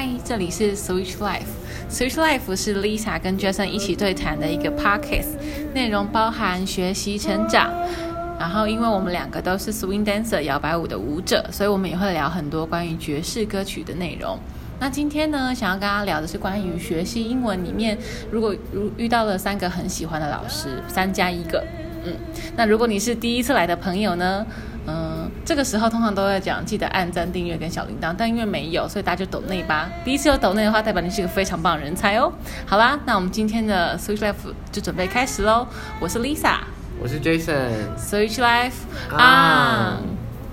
嗨，这里是 Switch Life。Switch Life 是 Lisa 跟 Jason 一起对谈的一个 podcast， 内容包含学习成长。然后，因为我们两个都是 swing dancer 摇摆舞的舞者，所以我们也会聊很多关于爵士歌曲的内容。那今天呢，想要跟大家聊的是关于学习英文里面，如果遇到了3个很喜欢的老师，3+1个。那如果你是第一次来的朋友呢，这个时候通常都在讲记得按赞、订阅跟小铃铛，但因为没有，所以大家就抖内吧。第一次有抖内的话，代表你是一个非常棒的人才哦。好啦，那我们今天的 Switch Life 就准备开始咯。我是 Lisa， 我是 Jason。 Switch Life on。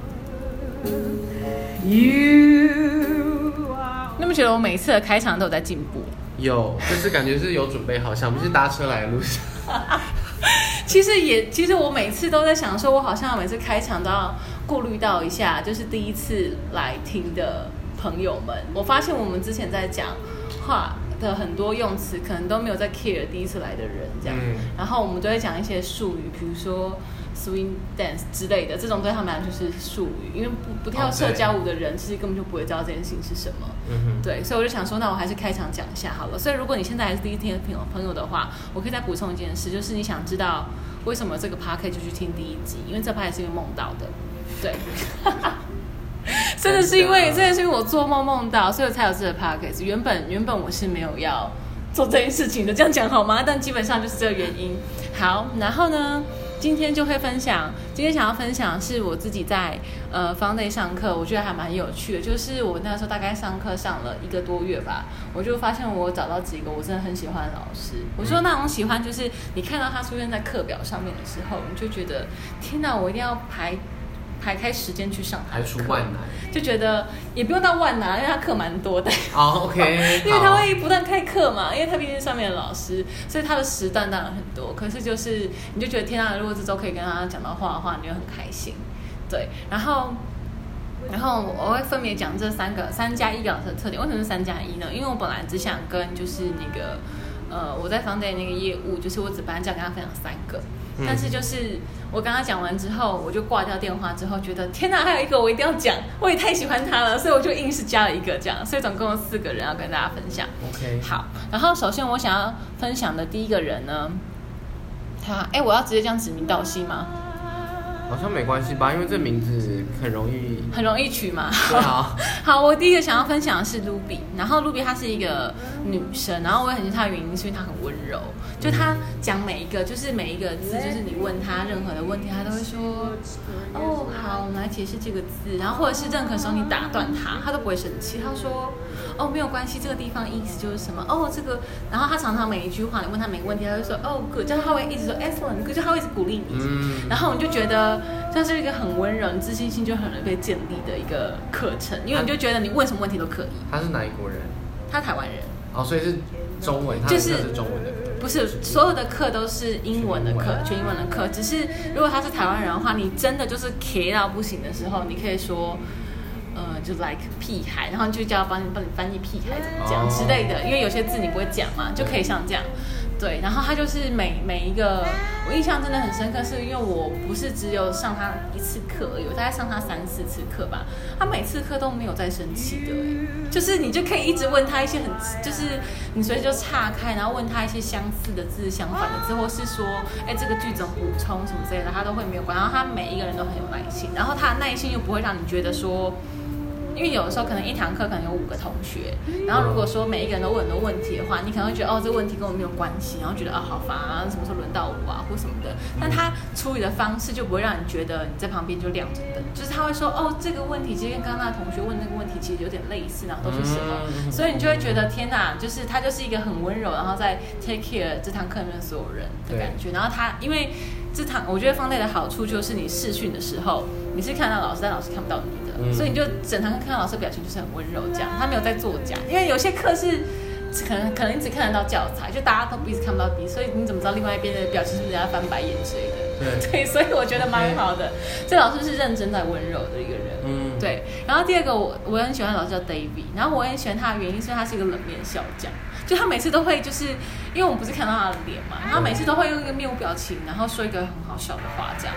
你有没有觉得我每次的开场都有在进步？ 有，就是感觉是有准备好，像不是搭车来的路上。 其实我每次都在想说，我好像每次开场都要顾虑到一下，就是第一次来听的朋友们。我发现我们之前在讲话的很多用词，可能都没有在 care 第一次来的人这样。然后我们都会讲一些术语，比如说 swing dance 之类的，这种对他们来说就是术语，因为不跳社交舞的人，其实根本就不会知道这件事情是什么。对，所以我就想说，那我还是开场讲一下好了。所以如果你现在还是第一天的朋友的话，我可以再补充一件事，就是你想知道为什么这个 podcast 就去听第1集，因为这 podcast 是因为梦到的。对，真的是因为我做梦到，所以我才有这个 podcast。原本我是没有要做这件事情的，这样讲好吗？但基本上就是这个原因。好，然后呢，今天想要分享的是我自己在Foundation 上课，我觉得还蛮有趣的。就是我那时候大概上课上了1个多月吧，我就发现我找到几个我真的很喜欢的老师。我说那种喜欢，就是你看到他出现在课表上面的时候，你就觉得天哪，我一定要排开时间去上他的课， 排除万难， 就觉得也不用到万难，因为他课蛮多的。 OK， 因为他会不断开课嘛，因为他毕竟是上面的老师，所以他的时段当然很多。可是就是你就觉得天啊，如果这周可以跟他讲到话的话，你就很开心。对，然后我会分别讲这3+1个老师的特点。为什么是3+1呢？因为我本来只想跟就是那个我在房间那个业务，就是我只本来想跟他分享3个。但是就是我跟他讲完之后，我就挂掉电话之后，觉得天哪，还有一个我一定要讲，我也太喜欢他了，所以我就硬是加了1个这样，所以总共有4个人要跟大家分享。 OK， 好，然后首先我想要分享的第一个人呢，我要直接这样指名道姓吗？ 好像没关系吧，因为这名字很容易取嘛。对啊。 好，我第一个想要分享的是 Ruby， 然后 Ruby 她是一个女生，然后我也很喜欢她的原因是因为她很温柔，就她讲每一个字，就是你问她任何的问题，她都会说哦好，我们来解释这个字，然后或者是任何时候你打断她都不会生气，她说哦没有关系，这个地方意思就是什么哦这个，然后她常常每一句话你问她每个问题，她会说哦 good， 就是她会一直说 excellent， 就她会一直鼓励你，然后你就觉得这是一个很温柔，你自信心就很容易被建立的一个课程，因为你就觉得你问什么问题都可以。 他是哪一国人？ 他台湾人。 哦，所以是中文，就是中文的课。 不是所有的课都是英文的课，全英文的课。只是如果他是台湾人的话，你真的就是 K 到不行的时候，你可以说就 like 屁孩，然后就叫帮你翻译屁孩怎么讲之类的，因为有些字你不会讲嘛，就可以像这样。对，然后他就是每一个，我印象真的很深刻，是因为我不是只有上他1次课而已，我大概上他3-4次课吧，他每次课都没有在生气的，就是你就可以一直问他一些就是你随时就岔开，然后问他一些相似的字、相反的字，或是说，这个句子补充什么之类的，他都会没有管，然后他每一个人都很有耐心，然后他的耐心又不会让你觉得说。因为有的时候可能一堂课可能有5个同学，然后如果说每一个人都问很多问题的话，你可能会觉得这个问题跟我没有关系，然后觉得好烦啊，什么时候轮到我啊或什么的。但他处理的方式就不会让你觉得你在旁边就亮着灯，就是他会说这个问题其实跟刚刚那同学问那个问题其实有点类似，然后都是什么，所以你就会觉得天哪，就是他就是一个很温柔，然后在 take care 这堂课里面所有人的感觉。然后他因为我觉得放内的好处就是你视讯的时候你是看到老师，但老师看不到你的，所以你就整堂课看到老师表情就是很温柔这样，他没有在作假。因为有些课是可能你只看得到教材，就大家都彼此看不到彼此，所以你怎么知道另外一边的表情是不是在翻白眼之类的？对，所以我觉得蛮好的。这老师是认真在温柔的一个人。对。然后第二个我很喜欢的老师叫 David， 然后我很喜欢他的原因是因为他是一个冷面笑匠，就他每次都会就是因为我们不是看到他的脸嘛，他每次都会用一个面无表情，然后说一个很好笑的话这样。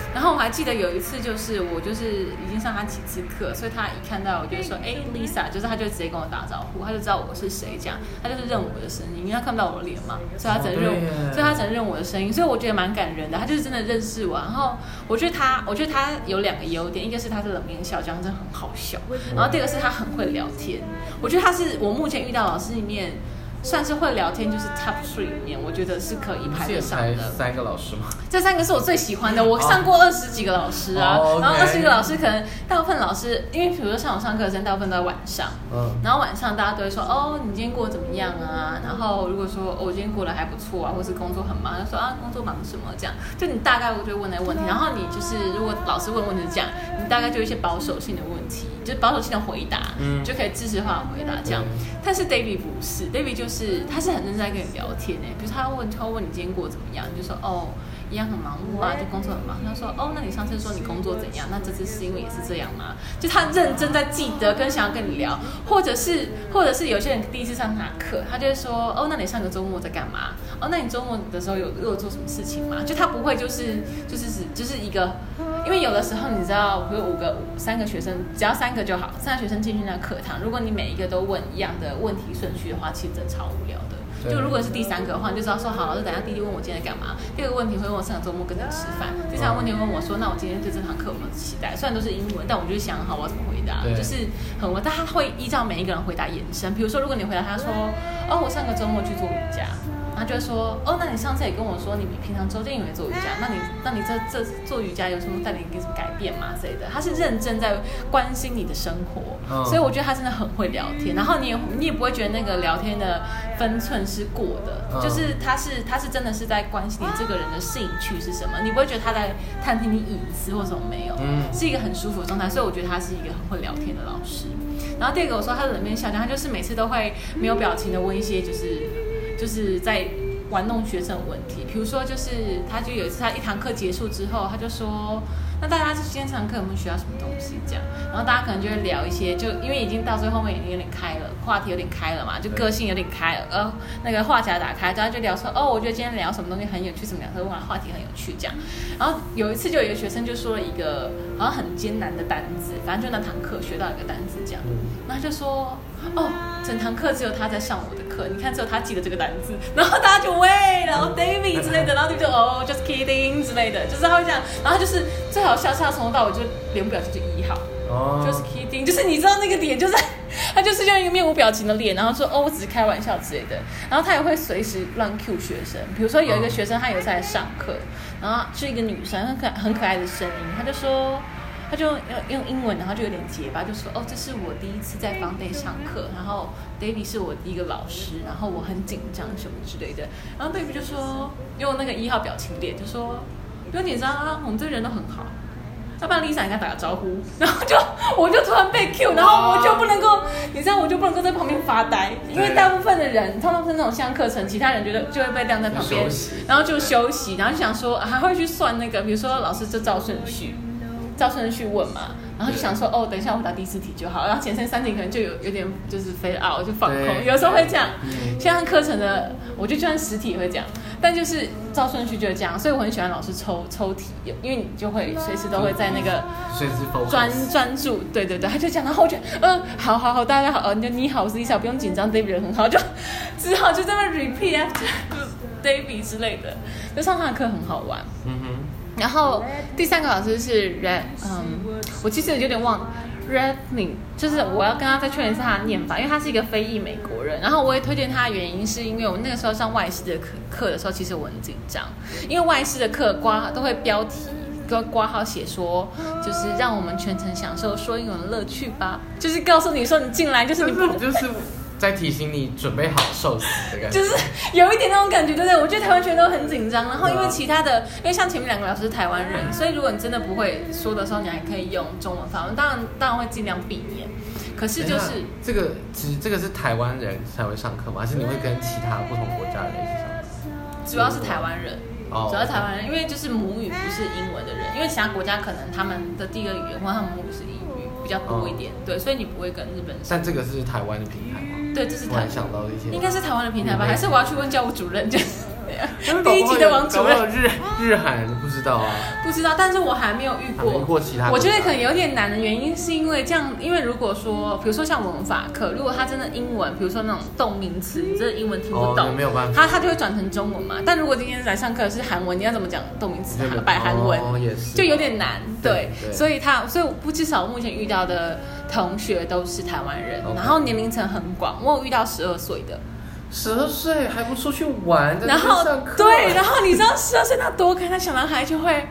然后我还记得有一次，就是我就是已经上他几次课，所以他一看到我就说，Lisa， 就是他就直接跟我打招呼，他就知道我是谁，这样他就是认我的声音，因为他看不到我的脸嘛，所以他只能认我的声音，所以我觉得蛮感人的，他就是真的认识我。然后我觉得他有2个优点，一个是他是冷面笑匠，真的很好笑，然后第二个是他很会聊天，我觉得他是我目前遇到老师里面。算是会聊天，就是 top 3里面，我觉得是可以排得上的。 3个老师吗？ 这3个是我最喜欢的，我上过20几个老师啊，然后20个老师可能大部分老师，因为比如说像我上课的时间大部分都在晚上，然后晚上大家都会说你今天过得怎么样啊？然后如果说我今天过得还不错啊，或是工作很忙，就说工作忙什么这样，就你大概就会问那个问题，然后你就是如果老师问问题这样，你大概就有一些保守性的问题，就是保守性的回答，就可以知识化的回答这样。但是 David 不是 ，David 就是他是很认真在跟你聊天比如他问你今天过得怎么样，你就说一样很忙碌啊，就工作很忙。他说那你上次说你工作怎样？那这次是因为也是这样吗？就他认真在记得跟想要跟你聊，或者是有些人第一次上他的课，他就会说那你上个周末在干嘛？那你周末的时候有做什么事情吗？就他不会就是一个，因为有的时候你知道，比如3个学生，只要3个就好，3个学生进去那课堂，如果你每一个都问一样的问题顺序的话，其实真的超无聊的。就如果是第3个的话，你就知道说好，老师等一下第一问我今天在干嘛，第2个问题会问我上个周末跟谁吃饭，第3个问题会问我说那我今天对这堂课有没有期待？虽然都是英文，但我就想好我要怎么回答，就是但他会依照每一个人回答延伸。比如说，如果你回答他说我上个周末去做瑜伽。他就会说那你上次也跟我说你平常周间也会做瑜伽，那你这做瑜伽有什么带你什么改变吗之类的？他是认真在关心你的生活，所以我觉得他真的很会聊天。然后你也不会觉得那个聊天的分寸是过的，就是他是真的是在关心你这个人的兴趣是什么，你不会觉得他在探听你隐私或什么没有，是一个很舒服的状态。所以我觉得他是一个很会聊天的老师。然后第2个我说他的冷面笑匠，他就是每次都会没有表情的问一些就是在玩弄学生的问题，比如说就是他就有一次他一堂课结束之后，他就说那大家今天这堂课有没有学到什么东西这样，然后大家可能就会聊一些，就因为已经到最后面已经有点开了，话题有点开了嘛，就个性有点开了，那个话匣打开，大家就聊说我觉得今天聊什么东西很有趣，什么聊说话题很有趣这样。然后有一次就有一个学生就说了一个好像很艰难的单字，反正就那堂课学到一个单字这样，然后他就说整堂课只有他在上我的课，你看只有他记得这个单字，然后大家就喂，然后 David 之类的，然后就just kidding 之类的，就是他会这样，然后他就是最好笑是他从头到尾就脸部表情就1号just kidding， 就是你知道那个脸就是他就是用一个面无表情的脸，然后说我只是开玩笑之类的，然后他也会随时乱 cue 学生，比如说有一个学生他有在上课，然后是一个女生很可爱的声音，他就用英文，然后就有点结巴，就说这是我第一次在Fun Day上课，然后 David 是我第一个老师，然后我很紧张什么之类的，然后 David 就说用那个1号表情脸就说不用紧张啊，我们这人都很好，要不然 Lisa 应该打个招呼，然后我就突然被 cue， 然后我就不能够，你知道我就不能够在旁边发呆，因为大部分的人通常是那种像课程，其他人就会被晾在旁边，然后就休息，然后就想说还会去算那个，比如说老师就照顺序问嘛，然后就想说等一下我答第4题就好，然后前3题可能就有点就是飞out就放空，有时候会这样。像课程的，我觉得就算10题也会这样，但就是照顺序就是这样，所以我很喜欢老师抽题，因为你就会随时都会在那个专注，对，他就讲，然后我觉得好，大家好，你好，我是 Lisa， 不用紧张 ，David 人很好，就只好就这么 repeat after David 之类的，就上他的课很好玩。然后第3个老师是我其实有点忘 Redney， 就是我要跟他再确认一下他的念法，因为他是一个非裔美国人。然后我也推荐他的原因是因为我那个时候上外师的课的时候，其实我很紧张，因为外师的课都会标题跟括号写说，就是让我们全程享受说英文的乐趣吧，就是告诉你说你进来就是你不就是在提醒你准备好受死的感觉， 就是有一点那种感觉，对不对？我觉得台湾学生都很紧张，然后因为其他的，因为像前面2个老师是台湾人，所以如果你真的不会说的时候，你还可以用中文发问，当然会尽量避免。可是就是这个是台湾人才会上课吗？还是你会跟其他不同国家的人一起上课？ 主要是台湾人。主要是台湾人，因为就是母语不是英文的人，因为其他国家可能他们的第2语言或他们母语是英语比较多一点，对，所以你不会跟日本人。 但这个是台湾的平台吗？ 对，这是台湾想到的一些， 应该是台湾的平台吧？还是我要去问教务主任？ 第一集的王主任， 日韩不知道啊， 不知道，但是我还没有遇过其他。 我觉得可能有点难的原因是因为这样，因为如果说，比如说像文法课，如果他真的英文，比如说那种动名词，你真的英文听不懂， 没有办法， 他就会转成中文嘛。但如果今天来上课是韩文，你要怎么讲动名词摆韩文，就有点难，对，所以我至少目前遇到的同学都是台湾人，然后年龄层很广，我有遇到12岁的。 12岁还不出去玩， 然后对，然后你知道12岁他多开，他小男孩就会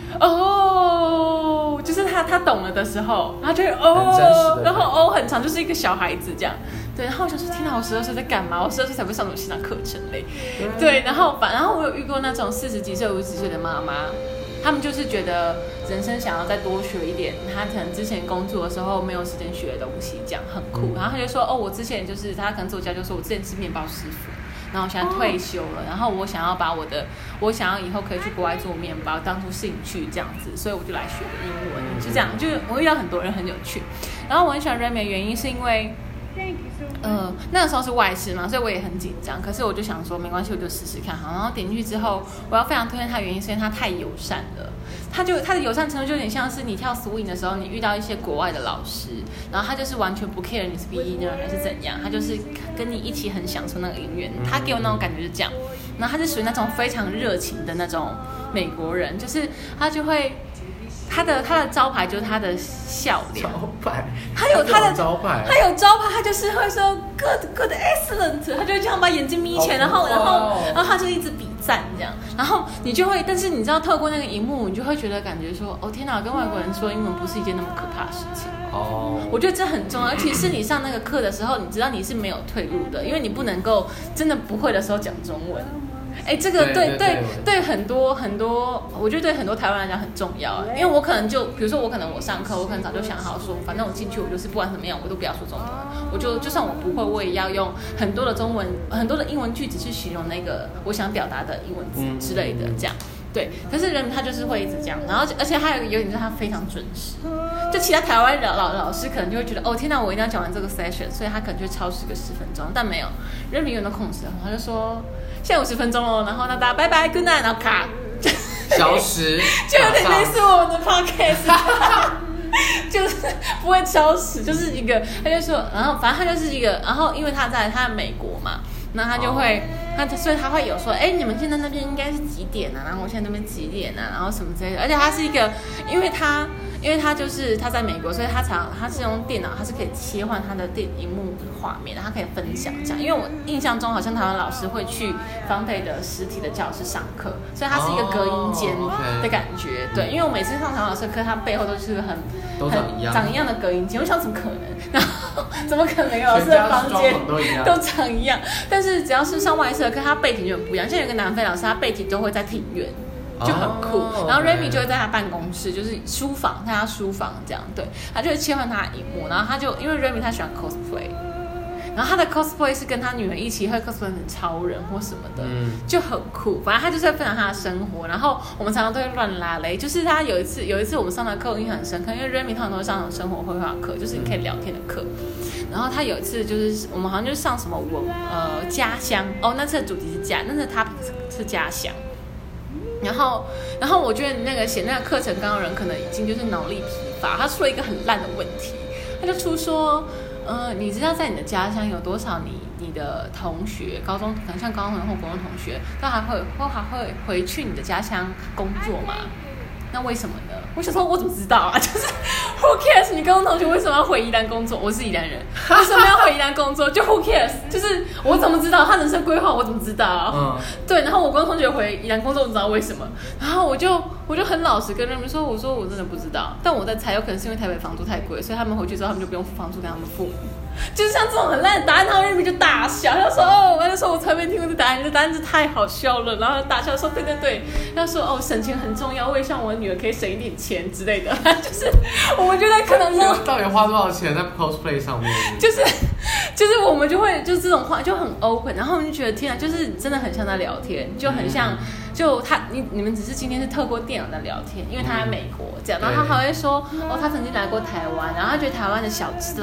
就是他懂了的时候，他就会然后很长，就是一个小孩子这样。对，然后我想说，天哪，我12岁在干嘛？我12岁才会上什么线上课程嘞？对，然后我有遇过那种40几岁、50几岁的妈妈。他们就是觉得人生想要再多学一点，他可能之前工作的时候没有时间学的东西，这样很酷。然后他就说，我之前就是他可能做家就说，我之前是面包师傅，然后我现在退休了，然后我想要我想要以后可以去国外做面包，当做兴趣这样子，所以我就来学的英文，就这样。就是我遇到很多人很有趣，然后我很喜欢 Remy 的原因是因为。那个时候是外事嘛，所以我也很紧张。可是我就想说，没关系，我就试试看好。然后点进去之后，我要非常推荐他的原因是因为他太友善了。他的友善程度就有点像是你跳 swing 的时候，你遇到一些国外的老师，然后他就是完全不 care 你是 beginner 还是怎样，他就是跟你一起很享受那个音乐。他给我那种感觉是这样。然后他是属于那种非常热情的那种美国人，就是他就会。他的招牌就是他的笑脸。 招牌， 他有他的招牌， 他就是会说 good excellent， 他就会这样把眼睛眯起来，然后他就一直比赞这样，然后你就会，但是你知道透过那个荧幕，你就会觉得感觉说，天哪，跟外国人说英文不是一件那么可怕的事情。我觉得这很重要，尤其是你上那个课的时候，你知道你是没有退路的，因为你不能够真的不会的时候讲中文。这个对很多，我觉得对很多台湾人来讲很重要。因为我可能比如说我上课，我可能早就想好说，反正我进去我就是不管怎么样，我都不要说中文，我就算我不会，我也要用很多的英文句子去形容那个我想表达的英文字之类的这样。对，可是人他就是会一直这样，然后而且还有一个优点就是他非常准时。就其他台湾老师可能就会觉得，天哪，我一定要讲完这个 session， 所以他可能就会超时个10分钟，但没有，人永远都控制好，他就说现在50分钟了，然后那大家拜拜 good night， 然后卡消失， 就有点类似我们的 podcast。就是不会消失，就是一个，他就说，然后反正他就是一个，然后因为他在美国嘛，那他就会，所以他会有说，你们现在那边应该是几点啊？然后我现在那边几点啊？然后什么之类的，而且他是一个，因为他就是他在美国，所以他是用电脑，他是可以切换他的荧幕画面，他可以分享这样。因为我印象中好像台湾老师会去Foundry的实体的教室上课，所以它是一个隔音间的感觉。对，因为我每次上台湾老师的课，他背后都是很长一样的隔音间，我想怎么可能？然后怎么可能有老师的房间都长一样？但是只要是上外事的课，他背景就很不一样。像有个南非老师，他背景都会在庭院。就很酷，然后 Remy 就会在他办公室，就是书房，他书房这样，对，他就会切换他的荧幕，然后他就因为 Remy 他喜欢 cosplay， 然后他的 cosplay 是跟他女儿一起会 cosplay 成超人或什么的，就很酷。反正他就是会分享他的生活，然后我们常常都会乱拉雷。就是他有一次我们上的课我印象很深刻，因为 Remy 通常都会上那种生活绘画课，就是你可以聊天的课。然后他有一次就是我们好像就是上什么家乡那次的主题是那次的 topic 是家乡。然后我觉得那个写那个课程纲的人可能已经就是脑力疲乏，他出了一个很烂的问题，他就出说，你知道在你的家乡有多少你的同学，高中可能像高中同学或国中同学，都还会回去你的家乡工作吗？那为什么呢？我想说，我怎么知道啊？就是 who cares？ 你高中同学为什么要回宜兰工作？我是宜兰人，为什么要回宜兰工作？就 who cares？ 就是我怎么知道他人生规划？我怎么知道？对。然后我高中同学回宜兰工作，我知道为什么。然后我就很老实跟他们说，我说我真的不知道，但我在猜，有可能是因为台北房租太贵，所以他们回去之后他们就不用付房租给他们父母。就是像这种很烂的答案，他们就大笑，他说我就说我才没听过这答案，这答案是太好笑了，然后大笑说对，他说省钱很重要，我也希望我的女儿可以省一点钱之类的，就是我觉得可能说到底花多少钱在 cosplay 上面， 就是我们就会就这种话就很 open， 然后我们就觉得天啊，就是真的很像在聊天，就很像。就你们只是今天是透过电脑在聊天，因为他在美国这样，然后他还会说他曾经来过台湾，然后他觉得台湾的小吃真的很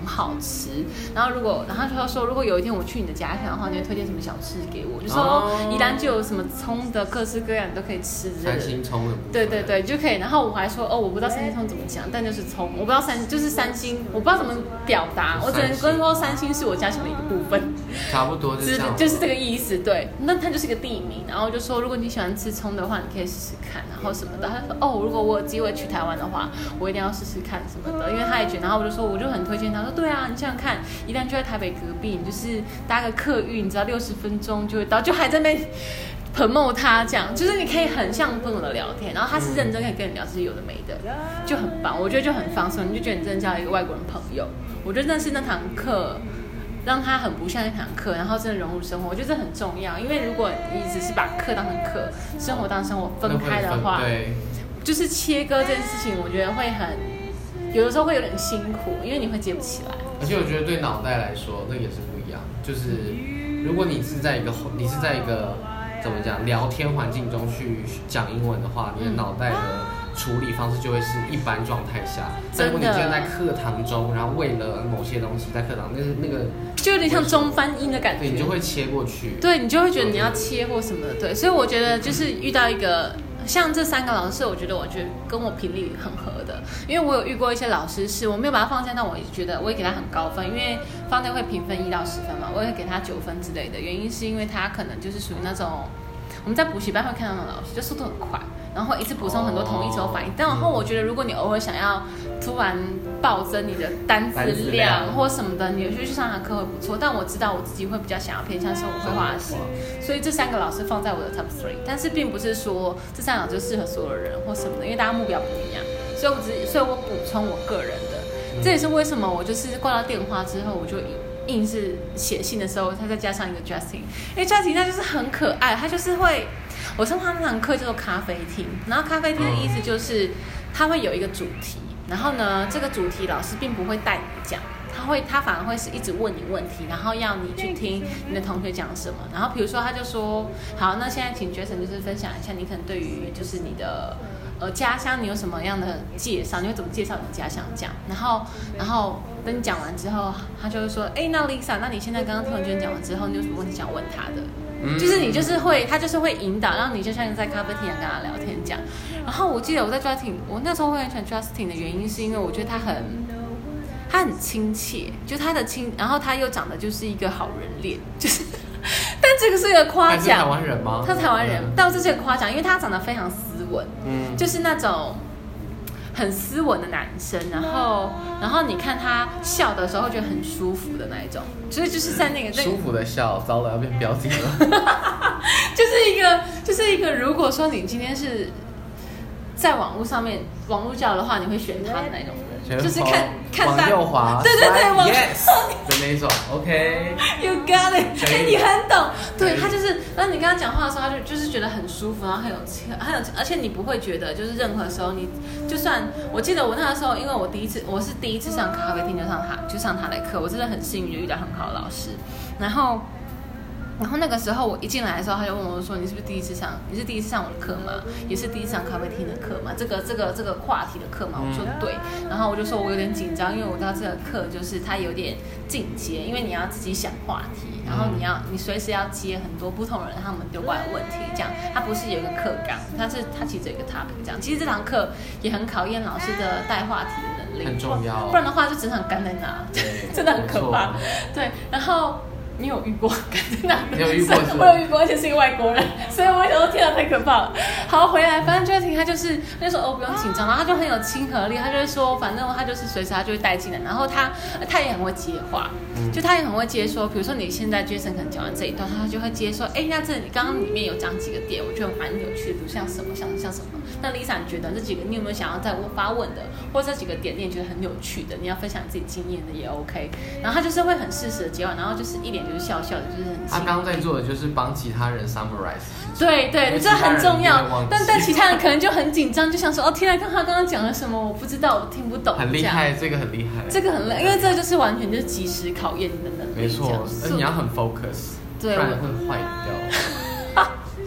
好吃。然后他说如果有一天我去你的家乡的话，你会推荐什么小吃给我？就说宜兰就有什么葱的各式各样都可以吃之类的。 三星葱的部分。 对就可以。然后我还说我不知道三星葱怎么讲，但就是葱，我不知道就是三星，我不知道怎么表达，我只能跟说三星是我家乡的一个部分。 差不多就是这样。 就是这个意思，对。那它就是一个地名，然后就说如果你喜欢吃葱的话，你可以试试看，然后什么的。他说如果我有机会去台湾的话，我一定要试试看什么的，因为他也觉得。然后我就很推荐他，说对啊，你想想看，宜兰就在台北隔壁，你就是搭个客运，你只要60分钟就会到，就还在那边promote他这样，就是你可以很像朋友的聊天，然后他是认真可以跟你聊这些有的没的，就很棒，我觉得就很放松，你就觉得你真的交了一个外国人朋友。我觉得那是那堂课让他很不像一堂课，然后真的融入生活，我觉得这很重要。因为如果你只是把课当成课，生活当生活分开的话，就是切割这件事情，我觉得会有的时候会有点辛苦，因为你会接不起来。 而且我觉得对脑袋来说，那也是不一样。就是如果你是在一个怎么讲聊天环境中去讲英文的话，你的脑袋的处理方式就会是一般状态下。但如果你今天在课堂中，然后为了某些东西在课堂那个就有点像中翻英的感觉， 对，你就会切过去， 对，你就会觉得你要切或什么的，对。所以我觉得就是遇到一个像这3个老师，我觉得跟我频率很合的，因为我有遇过一些老师是我没有把他放下，但我觉得我也给他很高分，因为方队会评分1到10分嘛，我也给他9分之类的，原因是因为他可能就是属于那种我们在补习班会看到那种老师，就速度很快，然后会一次补充很多同义手反应。然后我觉得如果你偶尔想要突然暴增你的单词量或什么的，你去上堂课会不错。但我知道我自己会比较想要偏向生活绘画系，所以这3个老师放在我的 top 3。但是并不是说这3个老师适合所有人或什么的，因为大家目标不一样，所以我补充我个人的。这也是为什么我就是挂到电话之后，我就硬是写信的时候，他再加上一个 Justin， 因为 Justin 他就是很可爱，他就是会，我上他那堂课叫做咖啡厅，然后咖啡厅的意思就是他会有一个主题，然后呢，这个主题老师并不会带你讲，他反而会是一直问你问题，然后要你去听你的同学讲什么，然后比如说他就说，好，那现在请 Jason 就是分享一下你可能对于就是你的家乡你有什么样的介绍，你会怎么介绍你的家乡这样，然后等你讲完之后，他就会说，那 Lisa， 那你现在刚刚听完Jen讲完之后，你有什么问题想问他的？就是你就是会，他就是会引导，让你就像在咖啡厅跟他聊天这样。然后我记得我在 Justin， 我那时候会很喜欢 Justin 的原因，是因为我觉得他很亲切，就他的然后他又长得就是一个好人脸，就是，但这个是一个夸奖。他是台湾人吗？ 他是台湾人，但这是一个夸奖，因为他长得非常斯文，就是那种很斯文的男生，然后你看他笑的时候，觉得很舒服的那一种，所以就是在那个舒服的笑，糟了要变标题了。 就是一个，如果说你今天是在网络上面网络交友的话，你会选他的那种人，就是看往右滑， 对，往 yes 的那种 ，OK。You got it， 你很懂。对，他就是，然后你跟他讲话的时候，他就是觉得很舒服，然后很有，而且你不会觉得就是任何时候你就算，我记得我那个时候，因为我是第一次上咖啡厅就上他的课，我真的很幸运就遇到很好的老师，然后那个时候我一进来的时候，他就问我说：“你是第一次上我的课吗？也是第一次上咖啡厅的课吗？这个话题的课吗？”我说对，然后我就说我有点紧张，因为我知道这个课就是它有点进阶，因为你要自己想话题，然后你随时要接很多不同人他们丢过来的问题，这样它不是有一个课纲，它其实有一个 topic 这样。其实这堂课也很考验老师的带话题的能力， 很重要， 不然的话就整场干在那，真的很可怕。对，然后。你有遇过干在那？ 你有遇过？ 我有遇过，而且是一个外国人，所以我想说天啊，太可怕了。好，回来，反正就会听他就说不用紧张，然后他就很有亲和力，他就会说，反正他就是随时他就会带进来，然后他也很会接话，就他也很会接说，比如说你现在 Jason 可能讲完这一段，他就会接说，那这里刚刚里面有讲几个点，我觉得蛮有趣的，比如像什么像什么。那 Lisa 你觉得这几个你有没有想要再发问的，或者这几个点你也觉得很有趣的，你要分享自己经验的也 OK。然后他就是会很适时的接完，然后就是一脸就是笑笑的，就是很。他刚刚在做的就是帮其他人 summarize。 对，这很重要。但其他人可能就很紧张，就想说天啊，他刚刚讲了什么？我不知道，我听不懂。 很厉害，这个很厉害。 这个很累，因为这就是完全就是即时考验你的能力。 没错，而且你要很 focus， 对，不然会坏掉。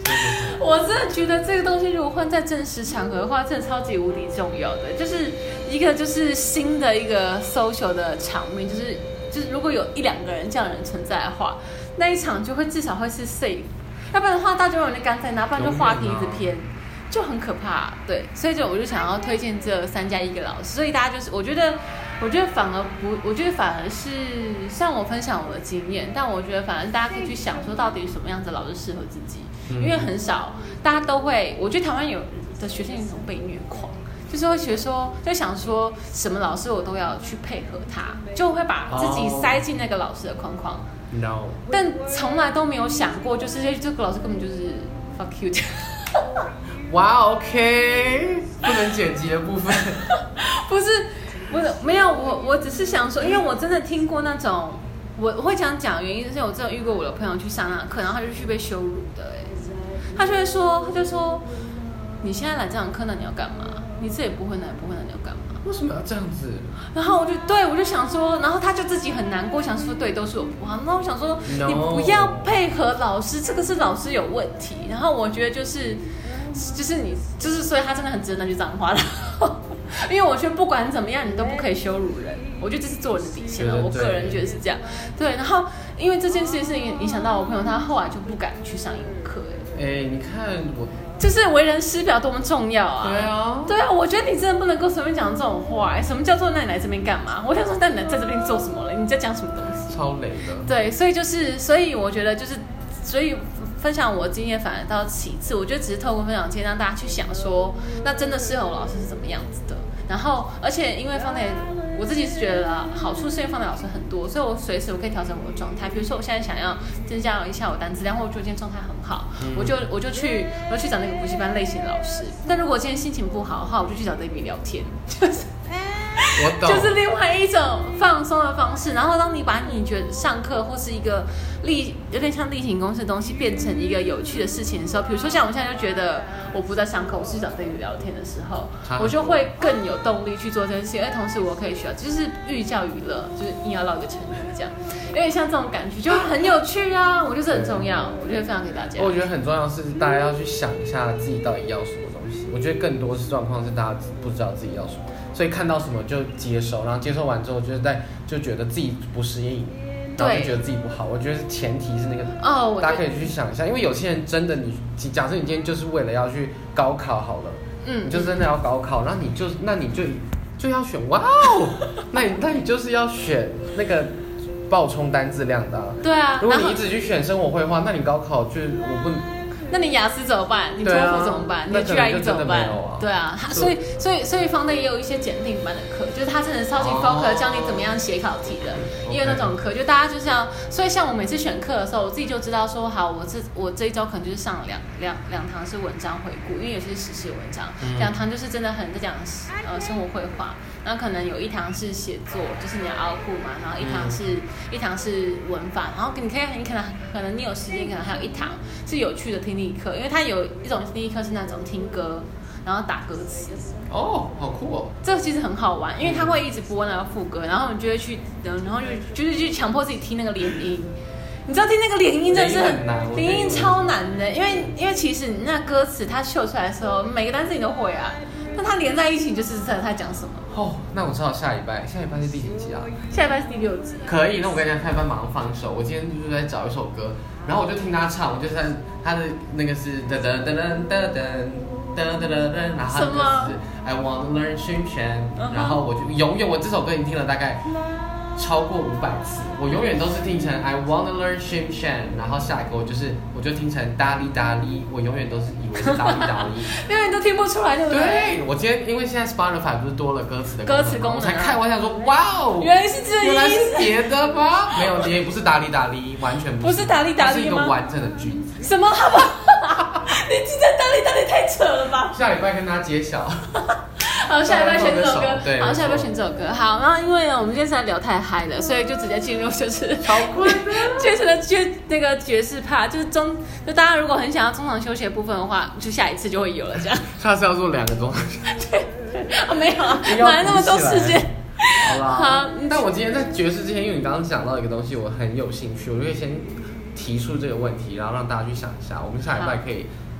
我真的觉得这个东西如果换在正式场合的话，真的超级无敌重要的。就是一个就是新的一个 social 的场面，就是如果有1-2个人这样的人存在的话，那一场就会至少会是 safe， 要不然的话大家有人干在哪，不然就话题一直偏。就很可怕，对，所以我就想要推荐这3+1个老师，所以大家就是我觉得反而是像我分享我的经验，但我觉得反而是大家可以去想说到底什么样子的老师适合自己，因为很少大家都会，我觉得台湾有的学生有一种被虐狂，就是会学说就想说什么老师我都要去配合他，就会把自己塞进那个老师的框框，但从来都没有想过，就是这个老师根本就是 fuck you。 哇 ，OK， 不能剪辑的部分， 不是，没有，我只是想说，因为我真的听过那种，我会讲原因，就是我真的遇过我的朋友去上那课，然后他就去被羞辱的，他就说，你现在来这堂课，那你要干嘛？你这也不会，那也不会，那你要干嘛？ 为什么要这样子？ 然后我就想说，然后他就自己很难过，想说对，都是我不好。然后我想说，你不要配合老师，这个是老师有问题。然后我觉得就是你所以他真的很值得那句脏话了。因为我觉得不管怎么样，你都不可以羞辱人。我觉得这是做人的底线了。我个人觉得是这样。对，然后因为这件事情影响到我朋友，他后来就不敢去上英文课。 你看我。 就是为人师表多么重要啊！对啊，我觉得你真的不能够随便讲这种话。什么叫做那你来这边干嘛？我想说，那你在这边做什么了？你在讲什么东西？ 超累的。对， 所以我觉得所以分享我的经验反而到其次。我觉得只是透过分享经验让大家去想说，那真的适合我老师是怎么样子的。然后，而且因为放在我自己是觉得好处是因为放在老师很多，所以我随时我可以调整我的状态。比如说我现在想要增加一下我单词量，或者我今天状态很好，我就去找那个补习班类型的老师。但如果今天心情不好的话，我就去找 David 聊天， 我懂， 就是另外一种放松的方式。然后当你把你觉得上课或是一个有点像例行公事的东西变成一个有趣的事情的时候，比如说像我现在就觉得我不在上课，我是找 David 聊天的时候，我就会更有动力去做这件事情。而同时我可以学到，就是寓教于乐，就是硬要唠一个成语这样，有点像这种感觉，就很有趣啊！我觉得这很重要，我觉得分享给大家。 我觉得很重要是大家要去想一下自己到底要什么东西。我觉得更多是状况是大家不知道自己要什么，所以看到什么就接受，然后接受完之后就觉得自己不适应。然后就觉得自己不好，我觉得前提是那个大家可以去想一下，因为有些人真的假设你今天就是为了要去高考好了，你就真的要高考，然后那你就要选哇哦，那你就是要选那个爆冲单字量的。 对啊， 如果你一直去选生活绘画，那你高考就那你雅思怎么办？你托福怎么办？你 GRE 怎么办？对啊，所以方队也有一些检定班的课，就是他真的超级 focus 教你怎么样写考题的，也有那种课，就大家就是要，所以像我每次选课的时候，我自己就知道说，好，我这一周可能就是上两堂是文章回顾，因为有些是时事文章，2堂就是真的很在讲生活绘画，然后可能有1堂是写作，就是你要output嘛，然后一堂是文法，然后你可能你有时间，可能还有1堂是有趣的听力课，因为它有一种听力课是那种听歌，然后打歌词。 哦，好酷哦！ 这个其实很好玩，因为它会一直播那个副歌，然后你就会去，然后就是去强迫自己听那个连音。你知道听那个连音真的是连音超难的，因为其实你那歌词它秀出来的时候，每个单词你都会啊，但它连在一起就是在它讲什么。 哦，那我知道下礼拜是第几集啊？ 下礼拜是第6集。 可以，那我跟你讲，下礼拜马上放一首。我今天就是在找一首歌，然后我就听他唱，我就看他的那个是噔噔噔噔噔噔。然后他的歌词是 I want to learn 训拳，然后我就永远我这首歌已经听了大概超过500次，我永远都是听成 I want to learn 训拳，然后下一个我就听成达哩达哩，我永远都是以为是达哩达哩， 因为你都听不出来，对不对？ 对，我今天因为现在 Spotify 不是多了歌词的功能， 我才看，我想说哇哦， 原来是这样， 原来是别的吗？没有，也不是达哩达哩，完全不是达哩达哩吗？ 是一个完整的句子。 什么？好吧，你记得达哩达哩太扯了吧？ 下礼拜跟大家揭晓。 好，下礼拜选这首歌。 对， 好，下礼拜选这首歌。好，然后因为我们今天实在聊太嗨了，所以就直接进入就是超快的爵士的那个爵士趴，就大家如果很想要中场休息的部分的话，就下一次就会有了这样。 下次要做2个钟。 对，没有啊，哪来那么多时间？ 好啦，好。但我今天在爵士之前，因为你刚刚讲到一个东西，我很有兴趣，我就会先提出这个问题，然后让大家去想一下。我们下礼拜可以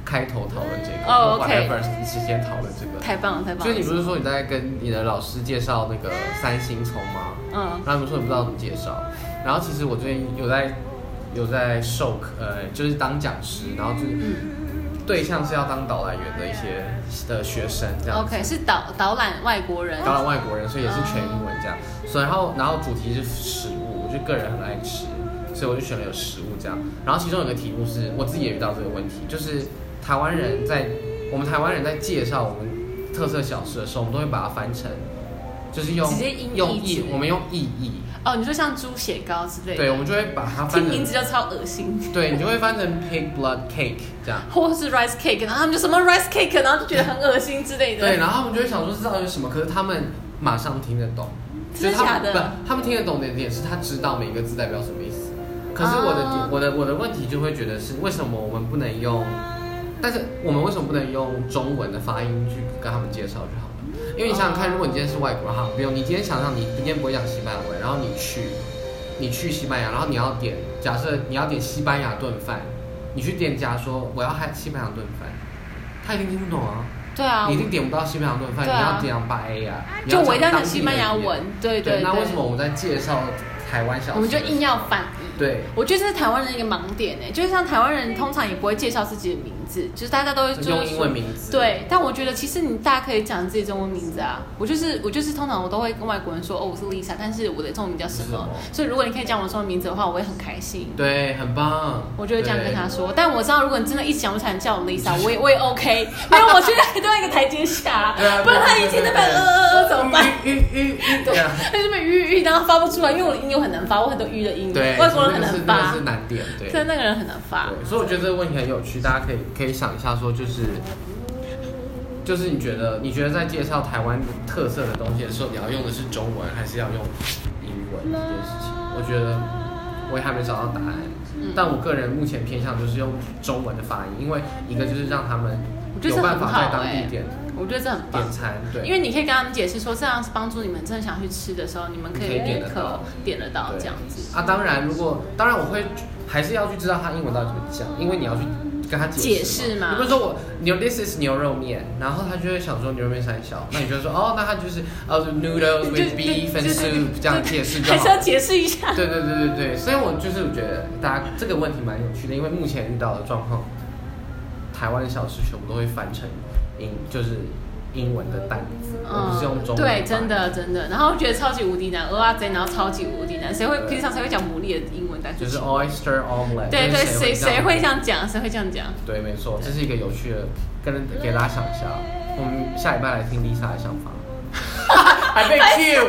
开头讨论这个， 哦 OK， 之间讨论这个， 太棒了，太棒了。 就你不是说你在跟你的老师介绍那个三星葱吗？然后你们说你不知道怎么介绍，然后其实我最近有在授课，就是当讲师，然后就是对象是要当导览员的一些学生这样。 OK， 是导览外国人， 导览外国人，所以也是全英文这样。所以然后主题是食物，我就个人很爱吃，所以我就选了有食物这样。然后其中有一个题目是我自己也遇到这个问题，就是我们台湾人在介绍我们特色小吃的时候，我们都会把它翻成，就是直接我们用意译。 哦，你说像猪血糕之类的。 对，我们就会把它翻成， 听名字就超恶心。 对，你就会翻成 pig blood cake 这样， 或是 rice cake， 然后他们就什么 rice cake， 然后就觉得很恶心之类的。 对，然后他们就会想说这到底是什么，可是他们马上听得懂。 真的假的？ 他们听得懂的点是他知道每一个字代表什么意思。可是我的问题就会觉得是为什么我们不能用，但是我们为什么不能用中文的发音去跟他们介绍就好了？因为你想想看，如果你今天是外国人哈，比如你今天想想你今天不会讲西班牙文，然后你去西班牙，然后你要点，假设你要点西班牙炖饭，你去店家说我要西班牙炖饭，他一定听不懂啊。 对啊， 你一定点不到西班牙炖饭，你要点8A 啊。 就我一定要讲西班牙文，对。 那为什么我们在介绍台湾小吃， 我们就硬要翻译？ 对， 我觉得这是台湾人的一个盲点哎，就是像台湾人通常也不会介绍自己的名字，就是大家都会用英文名字。 对，但我觉得其实大家可以讲自己中文名字啊。我就是通常我都会跟外国人说，我是 Lisa， 但是我的中文名叫什么？所以如果你可以讲我中文名字的话，我会很开心。 对，很棒。 我就会这样跟他说。但我知道，如果你真的一直讲不出来叫我 Lisa， 我也 OK。没有，我觉得都要一个台阶下，不然他一听那边怎么办？对，他就被然后发不出来，因为我的音又很难发，我很多的音， 对， 外国人很难发， 是难点，对， 所以那个人很难发。 对，所以我觉得这个问题很有趣，大家可以想一下，说就是你觉得在介绍台湾特色的东西的时候，你要用的是中文还是要用英文这件事情？我觉得我也还没找到答案，但我个人目前偏向就是用中文的发音，因为一个就是让他们有办法在当地点。 我觉得这很棒， 点餐对， 因为你可以跟他们解释说，这样是帮助你们真的想去吃的时候，你们可以立刻点得到这样子。 当然我会还是要去知道他英文到底怎么讲，因为你要去跟他解释嘛。比如说this is 牛肉面，然后他就会想说牛肉面三小，那你就说那他就是noodles with beef and soup 这样解释就好。 还是要解释一下。 对，所以我觉得大家这个问题蛮有趣的，因为目前遇到的状况，台湾小吃全部都会翻成就是英文的单词，而不是用中文。 对，真的。然后觉得超级无敌难，蚵仔煎，然后超级无敌难，平常谁会讲牡蛎的英文单词？ 就是 oyster omelet。 对，谁会这样讲？谁会这样讲？ 对，没错，这是一个有趣的，给大家想一下。我们下礼拜来听 Lisa 的想法。还被 Q，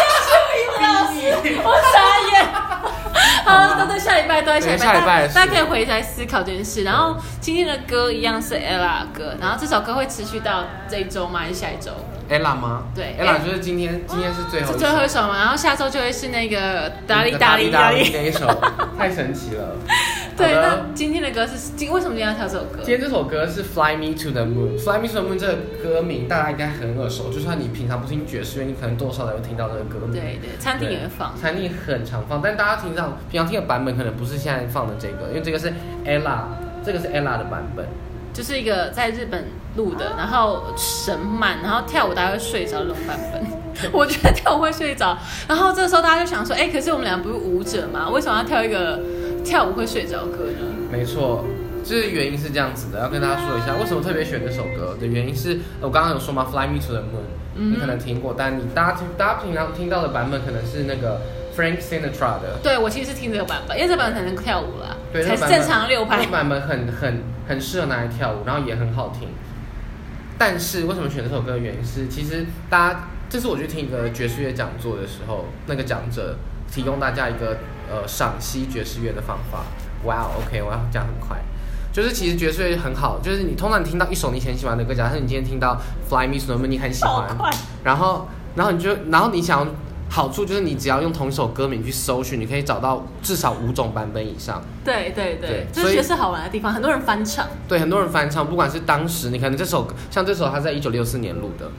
我傻眼。好，都在下礼拜，都在下礼拜，大家可以回来思考这件事。然后今天的歌一样是 Ella 的歌，然后这首歌会持续到这一周吗？还是下一周 ？Ella 吗？ 对 ，Ella 就是今天是最后一首嘛，然后下周就会是那个达利那一首，太神奇了。 对，那今天的歌是为什么今天要跳这首歌？ 今天这首歌是 Fly Me to the Moon。Fly Me to the Moon 这个歌名大家应该很耳熟，就算你平常不听爵士乐，你可能多少有听到这个歌名。 对，餐厅也会放， 餐厅很常放，但大家平常听的版本可能不是现在放的这个，因为这个是 Ella 的版本。 就是一个在日本录的，然后神慢，然后跳舞大家会睡着的那种版本。我觉得跳舞会睡着，然后这时候大家就想说，可是我们俩不是舞者嘛，为什么要跳一个跳舞会睡着的歌呢？ 没错，就是原因是这样子的，要跟大家说一下，为什么特别选这首歌的原因是，我刚刚有说嘛 ，Fly Me to the Moon，你可能听过，但大家平常听到的版本可能是那个 Frank Sinatra 的。 对，我其实是听这个版本，因为这版本才能跳舞啦， 对， 才正常6拍。 这个版本很适合拿来跳舞，然后也很好听。但是为什么选这首歌的原因是，其实这是我去听一个爵士乐讲座的时候，那个讲者提供大家一个赏析爵士乐的方法。哇 ，OK， 我要讲很快。就是其实爵士乐很好，就是你通常听到一首你很喜欢的歌，假设你今天听到 Fly Me to the Moon 你很喜欢，然后你想要好处就是你只要用同一首歌名去搜寻，你可以找到至少5种版本以上。 对，这是爵士好玩的地方，很多人翻唱。 对，很多人翻唱，不管是当时你可能像这首它在1964年录的，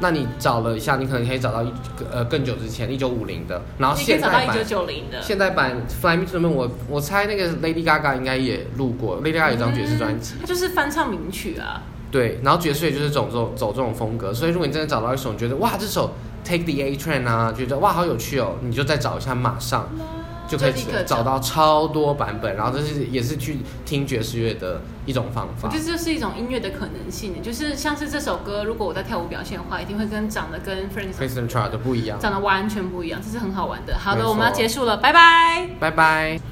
那你找了一下，你可能可以找到更久之前1950的，然后现代版1990的。 现代版 Fly Me to the Moon， 我猜那个 Lady Gaga 应该也录过，Lady Gaga 有张爵士专辑， 它就是翻唱名曲啊。 对，然后爵士也就是走这种风格，所以如果你真的找到一首，你觉得哇这首 Take the A Train 啊，觉得哇好有趣哦，你就再找一下，马上就可以找到超多版本，然后这也是去听爵士乐的一种方法。 我觉得这是一种音乐的可能性，就是像是这首歌，如果我在跳舞表现的话，一定会长得跟 Frank Sinatra 的不一样， 长得完全不一样，这是很好玩的。好的，我们要结束了，拜拜， 拜拜。